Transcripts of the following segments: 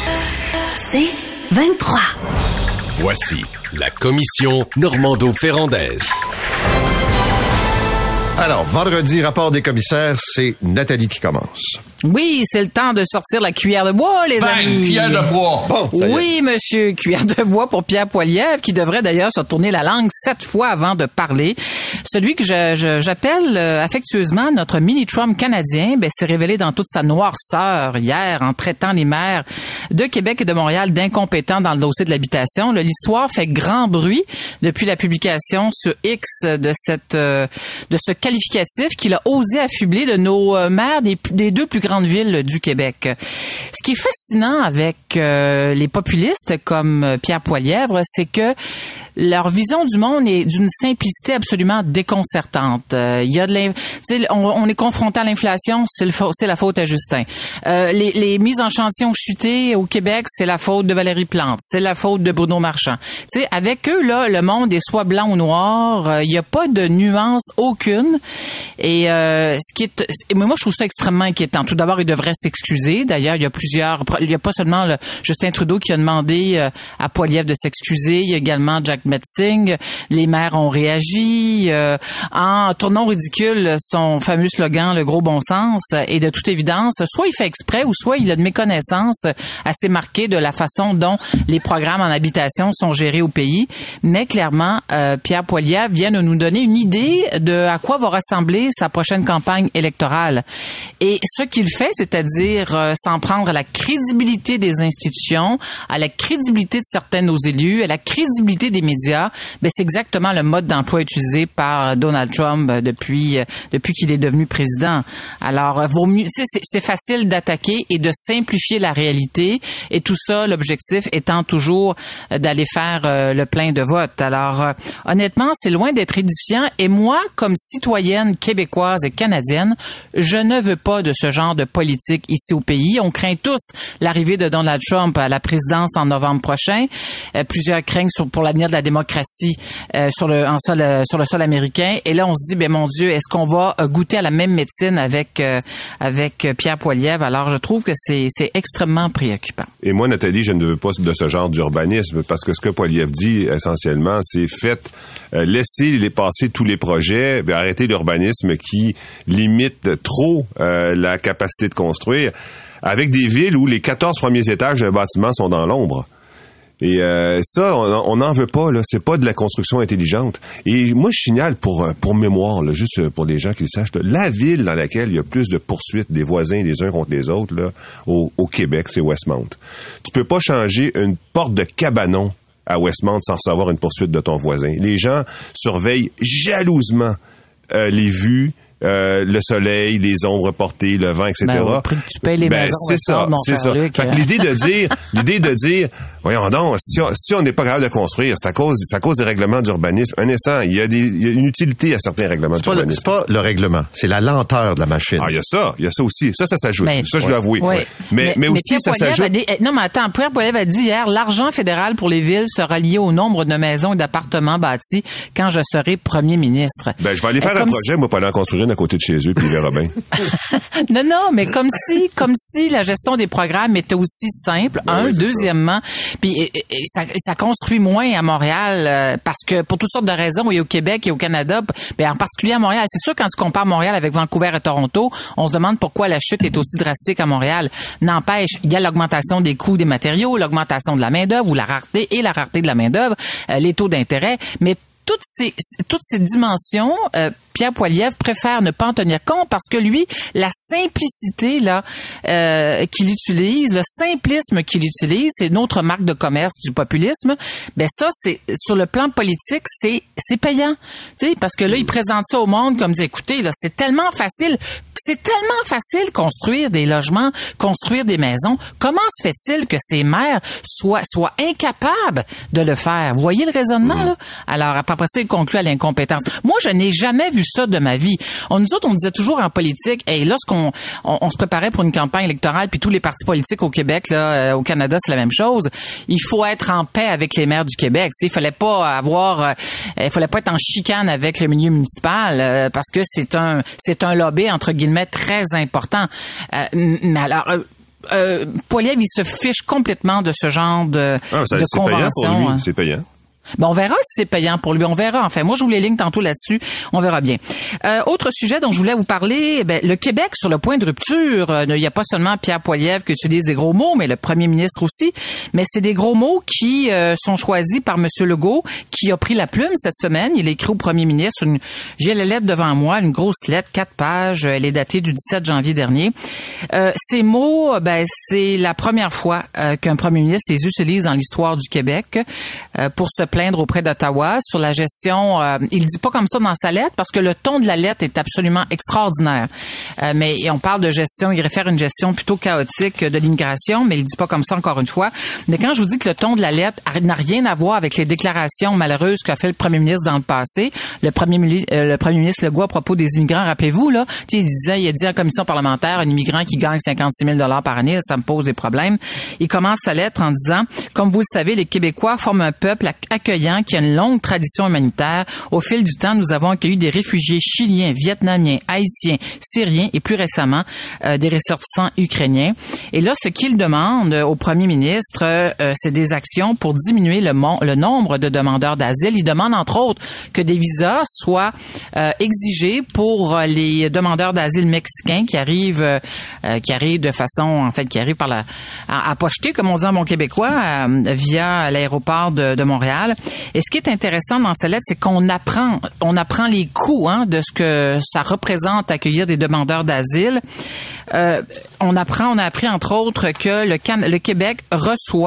C'est 23. Voici la commission Normando-Ferrandaise. Alors, vendredi, rapport des commissaires, c'est Nathalie qui commence. Oui, c'est le temps de sortir la cuillère de bois, les amis. Cuillère de bois. Bon, Oui, monsieur, cuillère de bois pour Pierre Poilievre, qui devrait d'ailleurs se tourner la langue 7 fois avant de parler. Celui que j'appelle affectueusement notre mini-Trump canadien, s'est révélé dans toute sa noirceur hier en traitant les maires de Québec et de Montréal d'incompétents dans le dossier de l'habitation. L'histoire fait grand bruit depuis la publication sur X de ce qualificatif qu'il a osé affubler de nos maires des deux plus grandes villes du Québec. Ce qui est fascinant avec les populistes comme Pierre Poilievre, c'est que leur vision du monde est d'une simplicité absolument déconcertante. Il y a on est confronté à l'inflation, c'est la faute à Justin. Les mises en chantier ont chuté au Québec, c'est la faute de Valérie Plante, c'est la faute de Bruno Marchand. Tu sais, avec eux là, le monde est soit blanc ou noir. Il y a pas de nuance aucune. Et moi je trouve ça extrêmement inquiétant. Tout d'abord, il devrait s'excuser. D'ailleurs, il y a pas seulement Justin Trudeau qui a demandé à Poilievre de s'excuser. Il y a également Jack Metzing. Les maires ont réagi en tournant au ridicule son fameux slogan, le gros bon sens. Et de toute évidence, soit il fait exprès ou soit il a une méconnaissance assez marquée de la façon dont les programmes en habitation sont gérés au pays. Mais clairement, Pierre Poilievre vient de nous donner une idée de à quoi va ressembler sa prochaine campagne électorale. Et ce qu'il fait, c'est-à-dire s'en prendre à la crédibilité des institutions, à la crédibilité de certains de nos élus, à la crédibilité des médias, c'est exactement le mode d'emploi utilisé par Donald Trump depuis qu'il est devenu président. Alors, vaut mieux, c'est facile d'attaquer et de simplifier la réalité, et tout ça, l'objectif étant toujours d'aller faire le plein de votes. Alors, honnêtement, c'est loin d'être édifiant, et moi, comme citoyenne québécoise et canadienne, je ne veux pas de ce genre de politique ici au pays. On craint tous l'arrivée de Donald Trump à la présidence en novembre prochain. Plusieurs craignent pour l'avenir de la démocratie sur le sol américain. Et là, on se dit, mon Dieu, est-ce qu'on va goûter à la même médecine avec Pierre Poilievre? Alors, je trouve que c'est extrêmement préoccupant. Et moi, Nathalie, je ne veux pas de ce genre d'urbanisme, parce que ce que Poilievre dit, essentiellement, c'est laisser passer tous les projets, arrêter l'urbanisme qui limite trop la capacité de construire, avec des villes où les 14 premiers étages d'un bâtiment sont dans l'ombre. Et ça, on n'en veut pas, là. C'est pas de la construction intelligente. Et moi, je signale pour mémoire, là, juste pour les gens qui le sachent, là, la ville dans laquelle il y a plus de poursuites des voisins les uns contre les autres, là, au Québec, c'est Westmount. Tu peux pas changer une porte de cabanon à Westmount sans recevoir une poursuite de ton voisin. Les gens surveillent jalousement les vues, le soleil, les ombres portées, le vent, etc. Au prix que tu payes les maisons, c'est ça. Fait que l'idée de dire, voyons donc, si on n'est pas capable de construire, c'est à cause des règlements d'urbanisme. Un instant, il y a une utilité à certains règlements d'urbanisme. C'est pas le règlement, c'est la lenteur de la machine. Ah, il y a ça aussi. Ça s'ajoute. Ça, je dois avouer. Ouais. Mais aussi, ça s'ajoute. Non, mais attends, Pierre Poilievre a dit hier, l'argent fédéral pour les villes sera lié au nombre de maisons et d'appartements bâtis quand je serai premier ministre. Je vais aller faire un projet, moi, pour aller en construire une à côté de chez eux, puis il verra bien. Non, mais comme si la gestion des programmes était aussi simple. Deuxièmement, puis ça construit moins à Montréal parce que pour toutes sortes de raisons, et au Québec et au Canada, en particulier à Montréal. C'est sûr, quand tu compares Montréal avec Vancouver et Toronto, on se demande pourquoi la chute est aussi drastique à Montréal. N'empêche, il y a l'augmentation des coûts des matériaux, l'augmentation de la main-d'œuvre ou la rareté de la main-d'œuvre, les taux d'intérêt, mais toutes ces dimensions, Pierre Poilievre préfère ne pas en tenir compte parce que lui, la simplicité là qu'il utilise, le simplisme qu'il utilise, c'est une autre marque de commerce du populisme. Ça, c'est sur le plan politique, c'est payant, tu sais, parce que là, il présente ça au monde comme dit, écoutez, là, c'est tellement facile construire des logements, construire des maisons. Comment se fait-il que ces maires soient incapables de le faire? Vous voyez le raisonnement, là? Alors, après ça, il conclut à l'incompétence. Moi, je n'ai jamais vu ça de ma vie. Nous autres, on disait toujours en politique, lorsqu'on se préparait pour une campagne électorale, puis tous les partis politiques au Québec, là, au Canada, c'est la même chose. Il faut être en paix avec les maires du Québec. Il fallait pas être en chicane avec le milieu municipal, parce que c'est un lobby, entre guillemets, très important. Mais alors, Poilievre, il se fiche complètement de ce genre de c'est convention. C'est payant pour lui, c'est payant. On verra si c'est payant pour lui. On verra. Enfin, moi, je vous les ligne tantôt là-dessus. On verra bien. Autre sujet dont je voulais vous parler, le Québec sur le point de rupture. Il n'y a pas seulement Pierre Poilievre qui utilise des gros mots, mais le premier ministre aussi. Mais c'est des gros mots qui sont choisis par M. Legault, qui a pris la plume cette semaine. Il a écrit au premier ministre j'ai la lettre devant moi, une grosse lettre, 4 pages. Elle est datée du 17 janvier dernier. Ces mots, c'est la première fois qu'un premier ministre les utilise dans l'histoire du Québec pour se plaindre auprès d'Ottawa sur la gestion. Il dit pas comme ça dans sa lettre parce que le ton de la lettre est absolument extraordinaire. Mais on parle de gestion, il réfère à une gestion plutôt chaotique de l'immigration, mais il dit pas comme ça encore une fois. Mais quand je vous dis que le ton de la lettre n'a rien à voir avec les déclarations malheureuses qu'a fait le premier ministre dans le passé, le premier ministre Legault à propos des immigrants, rappelez-vous, là, il a dit en commission parlementaire, un immigrant qui gagne 56 000 $ par année, ça me pose des problèmes. Il commence sa lettre en disant, comme vous le savez, les Québécois forment un peuple accueillant qui a une longue tradition humanitaire. Au fil du temps, nous avons accueilli des réfugiés chiliens, vietnamiens, haïtiens, syriens et plus récemment des ressortissants ukrainiens. Et là, ce qu'il demande au premier ministre, c'est des actions pour diminuer le nombre de demandeurs d'asile. Il demande entre autres que des visas soient exigés pour les demandeurs d'asile mexicains qui arrivent de façon, en fait, qui arrivent à pocheter, comme on dit en bon québécois, via l'aéroport de Montréal. Et ce qui est intéressant dans cette lettre, c'est qu'on apprend les coûts de ce que ça représente accueillir des demandeurs d'asile. On a appris entre autres que le Québec a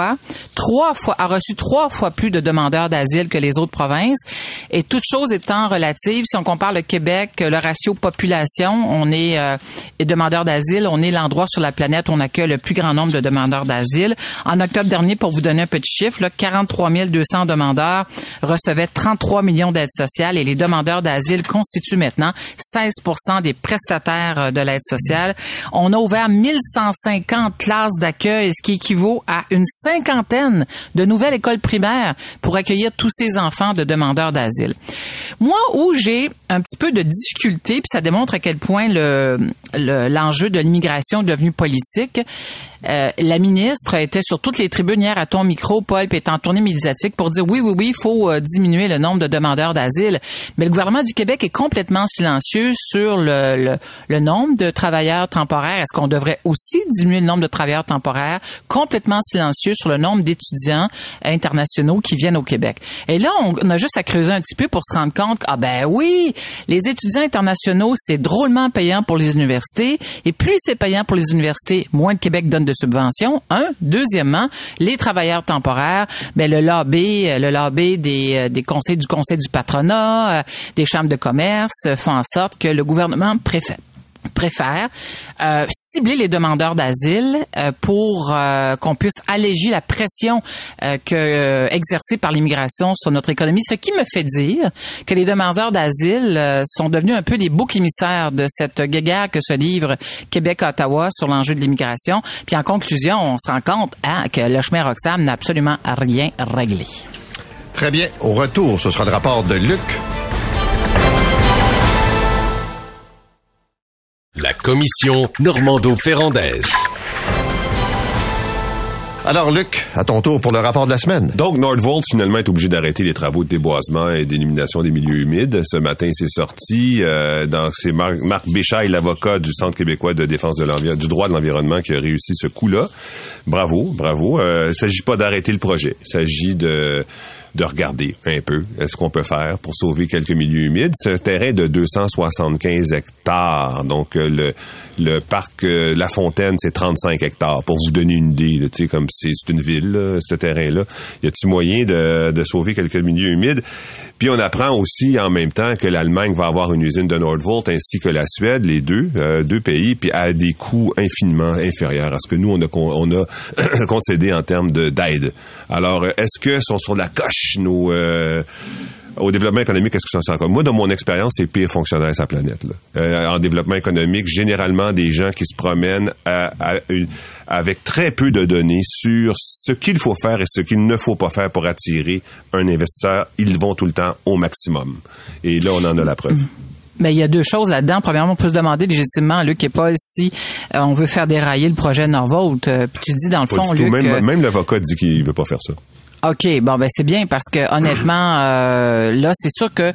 reçu 3 fois plus de demandeurs d'asile que les autres provinces. Et toute chose étant relative, si on compare le Québec, le ratio population, on est demandeurs d'asile, on est l'endroit sur la planète où on accueille le plus grand nombre de demandeurs d'asile. En octobre dernier, pour vous donner un petit chiffre, 43 200 demandeurs recevaient 33 millions d'aides sociales et les demandeurs d'asile constituent maintenant 16% des prestataires de l'aide sociale. On a ouvert 1150 classes d'accueil, ce qui équivaut à une 50aine de nouvelles écoles primaires pour accueillir tous ces enfants de demandeurs d'asile. Moi, où j'ai un petit peu de difficulté, puis ça démontre à quel point l'enjeu de l'immigration est devenu politique, la ministre était sur toutes les tribunes hier à ton micro, Paul, puis est en tournée médiatique pour dire oui, il faut diminuer le nombre de demandeurs d'asile. Mais le gouvernement du Québec est complètement silencieux sur le nombre de travailleurs temporaires. Est-ce qu'on devrait aussi diminuer le nombre de travailleurs temporaires? Complètement silencieux sur le nombre d'étudiants internationaux qui viennent au Québec. Et là, on a juste à creuser un petit peu pour se rendre compte que, oui, les étudiants internationaux, c'est drôlement payant pour les universités. Et plus c'est payant pour les universités, moins le Québec donne de subventions. Deuxièmement, les travailleurs temporaires, le lobby des conseils du patronat, des chambres de commerce font en sorte que le gouvernement préfère cibler les demandeurs d'asile pour qu'on puisse alléger la pression exercée par l'immigration sur notre économie. Ce qui me fait dire que les demandeurs d'asile sont devenus un peu les boucs émissaires de cette guéguerre que se livre Québec-Ottawa sur l'enjeu de l'immigration. Puis en conclusion, on se rend compte que le chemin Roxham n'a absolument rien réglé. Très bien. Au retour, ce sera le rapport de Luc. La commission Normando-Ferrandaise. Alors, Luc, à ton tour pour le rapport de la semaine. Donc, Nordvolt, finalement, est obligé d'arrêter les travaux de déboisement et d'élimination des milieux humides. Ce matin, c'est sorti. C'est Marc Béchaille, l'avocat du Centre québécois de défense du droit de l'environnement, qui a réussi ce coup-là. Bravo. Il s'agit pas d'arrêter le projet. Il s'agit de regarder un peu ce qu'on peut faire pour sauver quelques milieux humides. C'est un terrain de 275 hectares. Donc, le parc La Fontaine, c'est 35 hectares. Pour vous donner une idée, tu sais, comme c'est une ville, là, ce terrain-là. Y a-t-il moyen de sauver quelques milieux humides? Puis on apprend aussi en même temps que l'Allemagne va avoir une usine de Nordvolt ainsi que la Suède, les deux pays, puis à des coûts infiniment inférieurs à ce que nous on a concédé en termes d'aide. Alors, est-ce que sont sur la coche au développement économique, est-ce que ça encore? Moi, dans mon expérience, c'est le pire fonctionnaire sur la planète. En développement économique, généralement, des gens qui se promènent avec très peu de données sur ce qu'il faut faire et ce qu'il ne faut pas faire pour attirer un investisseur. Ils vont tout le temps au maximum. Et là, on en a la preuve. Mais il y a deux choses là-dedans. Premièrement, on peut se demander légitimement, Luc, et Paul, si on veut faire dérailler le projet Norvolt. Puis tu dis, dans le Pas fond, du tout. Luc... Même l'avocat dit qu'il veut pas faire ça. OK, bon ben c'est bien parce que honnêtement là c'est sûr que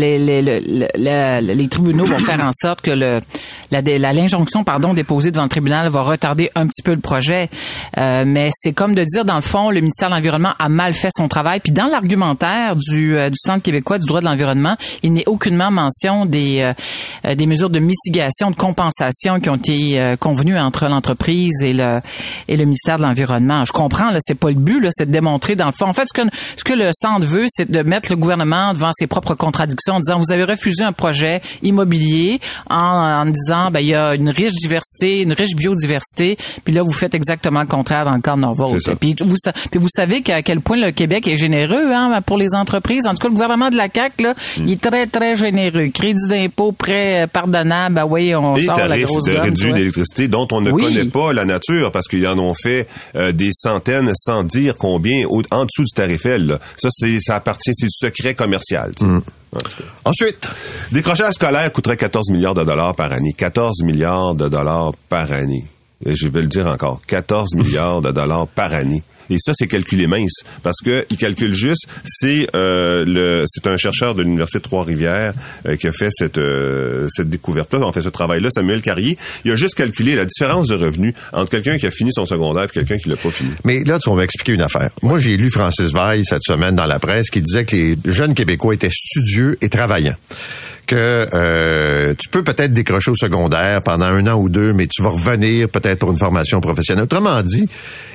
les tribunaux vont faire en sorte que l'injonction déposée devant le tribunal va retarder un petit peu le projet, mais c'est comme de dire dans le fond le ministère de l'Environnement a mal fait son travail, puis dans l'argumentaire du Centre québécois du droit de l'environnement, il n'est aucunement mention des mesures de mitigation, de compensation qui ont été convenues entre l'entreprise et le ministère de l'Environnement. Je comprends là, c'est pas le but là, c'est de démontrer dans le fond. En fait, ce que le Centre veut, c'est de mettre le gouvernement devant ses propres contradictions en disant vous avez refusé un projet immobilier en disant il y a une riche diversité, une riche biodiversité, puis là vous faites exactement le contraire dans le cas de Norvolt. Puis vous savez qu'à quel point le Québec est généreux pour les entreprises. En tout cas, le gouvernement de la CAQ là, il est très très généreux. Crédit d'impôt, prêt pardonnable, on sort la grosse gomme. Et tarifs réduits d'électricité dont on ne connaît pas la nature parce qu'ils en ont fait des centaines sans dire combien en dessous du tarif L. Là. Ça appartient, c'est du secret commercial. Ensuite, décrochage scolaire coûterait 14 milliards de dollars par année. 14 milliards de dollars par année. Et je vais le dire encore, 14 milliards de dollars par année. Et ça, c'est calculé mince. Parce que il calcule juste, c'est un chercheur de l'Université de Trois-Rivières qui a fait cette découverte-là, on fait ce travail-là, Samuel Carrier. Il a juste calculé la différence de revenus entre quelqu'un qui a fini son secondaire et quelqu'un qui l'a pas fini. Mais là, tu vas m'expliquer une affaire. Moi, j'ai lu Francis Veil cette semaine dans la presse qui disait que les jeunes Québécois étaient studieux et travaillants. Que tu peux peut-être décrocher au secondaire pendant 1 an ou 2, mais tu vas revenir peut-être pour une formation professionnelle. Autrement dit,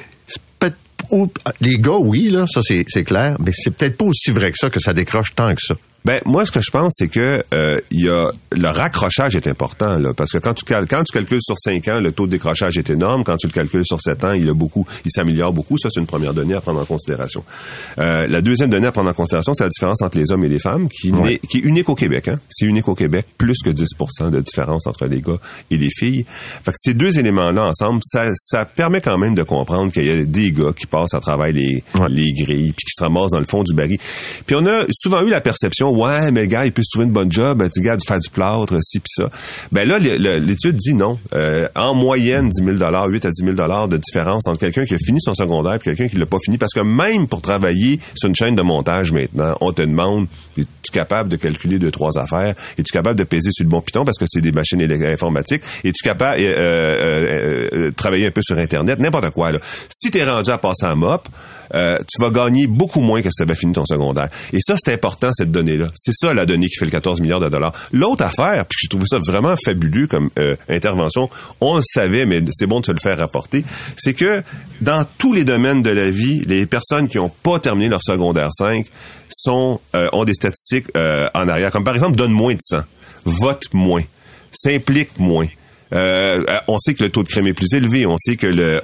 les gars, oui, là, ça c'est clair, mais c'est peut-être pas aussi vrai que ça décroche tant que ça. Ben moi ce que je pense c'est que il y a le raccrochage est important là parce que quand tu calcules sur 5 ans, le taux de décrochage est énorme, quand tu le calcules sur 7 ans, il s'améliore beaucoup, ça c'est une première donnée à prendre en considération. La deuxième donnée à prendre en considération, c'est la différence entre les hommes et les femmes qui est unique au Québec hein. C'est unique au Québec, plus que 10% de différence entre les gars et les filles. Fait que ces deux éléments-là ensemble, ça permet quand même de comprendre qu'il y a des gars qui passent à travers les grilles puis qui se ramassent dans le fond du baril. Puis on a souvent eu la perception ouais, mais le gars, il peut se trouver une bonne job, tu gars, de faire du plâtre, ci pis ça. Ben là, l'étude dit non. En moyenne, 10 000 8 à 10 000 de différence entre quelqu'un qui a fini son secondaire et quelqu'un qui l'a pas fini. Parce que même pour travailler sur une chaîne de montage maintenant, on te demande, es-tu capable de calculer 2-3 affaires? Es-tu capable de peser sur le bon piton parce que c'est des machines informatiques? Es-tu capable de travailler un peu sur Internet? N'importe quoi, là. Si t'es rendu à passer en mop, tu vas gagner beaucoup moins que si tu avais fini ton secondaire. Et ça, c'est important, cette donnée-là. C'est ça, la donnée qui fait le 14 milliards de dollars. L'autre affaire, puis j'ai trouvé ça vraiment fabuleux comme intervention, on le savait, mais c'est bon de se le faire rapporter, c'est que dans tous les domaines de la vie, les personnes qui n'ont pas terminé leur secondaire 5 ont des statistiques en arrière. Comme par exemple, donne moins de sang, vote moins, s'implique moins. On sait que le taux de crime est plus élevé. On sait que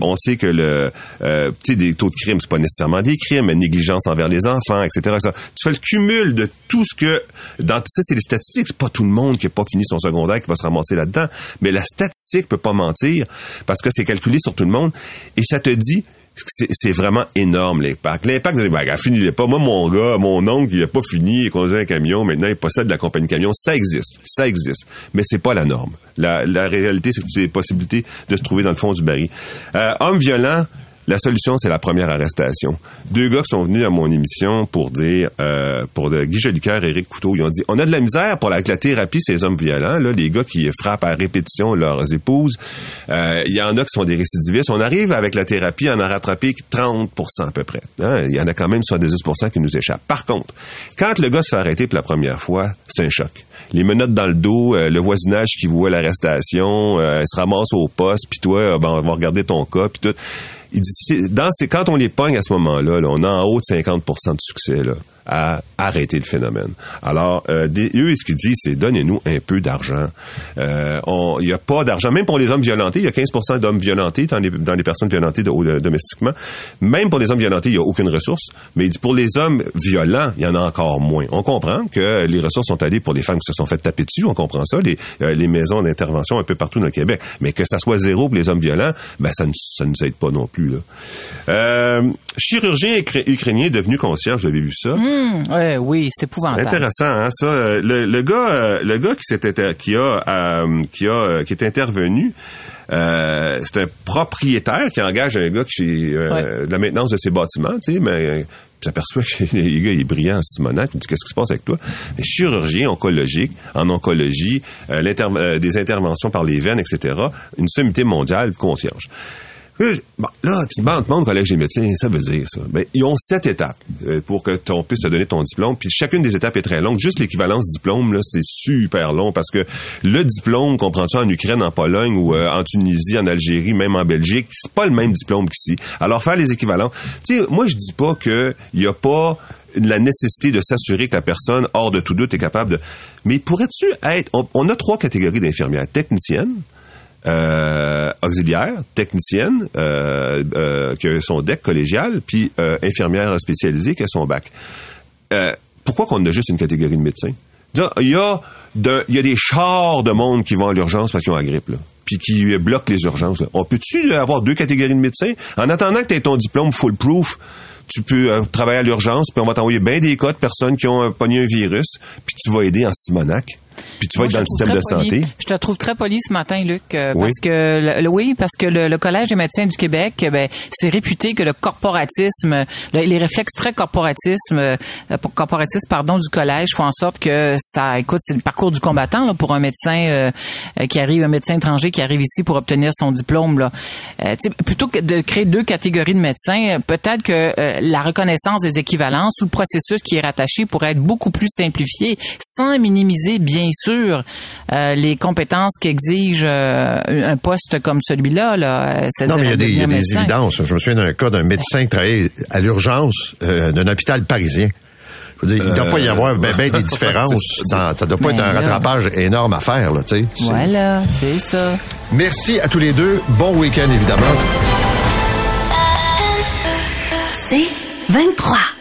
des taux de crime, c'est pas nécessairement des crimes, mais négligence envers les enfants, etc. Tu fais le cumul de tout ce que, ça c'est les statistiques. C'est pas tout le monde qui a pas fini son secondaire qui va se ramasser là-dedans. Mais la statistique peut pas mentir parce que c'est calculé sur tout le monde. Et ça te dit, c'est vraiment énorme, l'impact. L'impact, finit pas. Moi, mon oncle, il a pas fini, il conduisait un camion, maintenant, il possède la compagnie camion. Ça existe. Mais c'est pas la norme. La réalité, c'est que tu as des possibilités de se trouver dans le fond du baril. Homme violent, la solution, c'est la première arrestation. 2 gars qui sont venus à mon émission pour dire, Guy Jolicoeur et Éric Couteau, ils ont dit, on a de la misère avec la thérapie, ces hommes violents, là, les gars qui frappent à répétition leurs épouses. Il y en a qui sont des récidivistes. On arrive avec la thérapie à en rattraper 30% à peu près. Hein? Il y en a quand même 70% qui nous échappent. Par contre, quand le gars se fait arrêter pour la première fois, c'est un choc. Les menottes dans le dos, le voisinage qui voit l'arrestation, se ramasse au poste, puis toi, on va regarder ton cas, puis tout. Il dit, quand on les pogne à ce moment-là, là, on a en haut de 50% de succès là, à arrêter le phénomène. Alors, eux, ce qu'ils disent, c'est donnez-nous un peu d'argent. Il n'y a pas d'argent. Même pour les hommes violentés, il y a 15% d'hommes violentés dans les personnes violentées domestiquement. Même pour les hommes violentés, il n'y a aucune ressource. Mais il dit pour les hommes violents, il y en a encore moins. On comprend que les ressources sont allées pour les femmes qui se sont fait taper dessus. On comprend ça. Les maisons d'intervention un peu partout dans le Québec. Mais que ça soit zéro pour les hommes violents, ben ça nous aide pas non plus. Là. Chirurgien ukrainien devenu concierge, vous avez vu ça? Oui, c'est épouvantable. Intéressant, hein, ça. Le gars qui est intervenu, c'est un propriétaire qui engage un gars qui de la maintenance de ses bâtiments, tu sais, mais s'aperçoit que le gars il est brillant en Simonac. Il dit, qu'est-ce qui se passe avec toi? Mais chirurgien oncologique, en oncologie, des interventions par les veines, etc. Une sommité mondiale, concierge. Bon, là, tu demandes au Collège des médecins, ça veut dire ça. Ben, ils ont 7 étapes pour que on puisse te donner ton diplôme. Puis chacune des étapes est très longue. Juste l'équivalence diplôme, là, c'est super long parce que le diplôme, comprends-tu, en Ukraine, en Pologne ou en Tunisie, en Algérie, même en Belgique, c'est pas le même diplôme qu'ici. Alors, faire les équivalents. Tu sais, moi, je dis pas que il y a pas la nécessité de s'assurer que la personne, hors de tout doute, est capable de... Mais pourrais-tu être... On a 3 catégories d'infirmières. Techniciennes, auxiliaire, technicienne, qui a son DEC collégial, puis infirmière spécialisée qui a son bac. Pourquoi qu'on a juste une catégorie de médecins? Il y a des chars de monde qui vont à l'urgence parce qu'ils ont la grippe, là, puis qui bloquent les urgences. Là. On peut-tu avoir 2 catégories de médecins? En attendant que tu aies ton diplôme full-proof, tu peux travailler à l'urgence, puis on va t'envoyer bien des cas de personnes qui ont pogné un virus, puis tu vas aider en Simonac. Puis tu vas être dans le système de santé. Je te trouve très poli ce matin, Luc, parce que le Collège des médecins du Québec, c'est réputé que le corporatisme, les réflexes très corporatistes du collège font en sorte que ça, écoute, c'est le parcours du combattant là, pour un médecin un médecin étranger qui arrive ici pour obtenir son diplôme là. Plutôt que de créer 2 catégories de médecins, peut-être que la reconnaissance des équivalences ou le processus qui est rattaché pourrait être beaucoup plus simplifié, sans minimiser bien sûr les compétences qu'exige un poste comme celui-là. Là, non, mais il y a des évidences. Je me souviens d'un cas d'un médecin qui travaillait à l'urgence d'un hôpital parisien. Je veux dire, il ne doit pas y avoir ben des différences. Ça ne doit pas être un rattrapage énorme à faire. Là, tu sais. Voilà, c'est ça. Merci à tous les deux. Bon week-end, évidemment. C'est 23.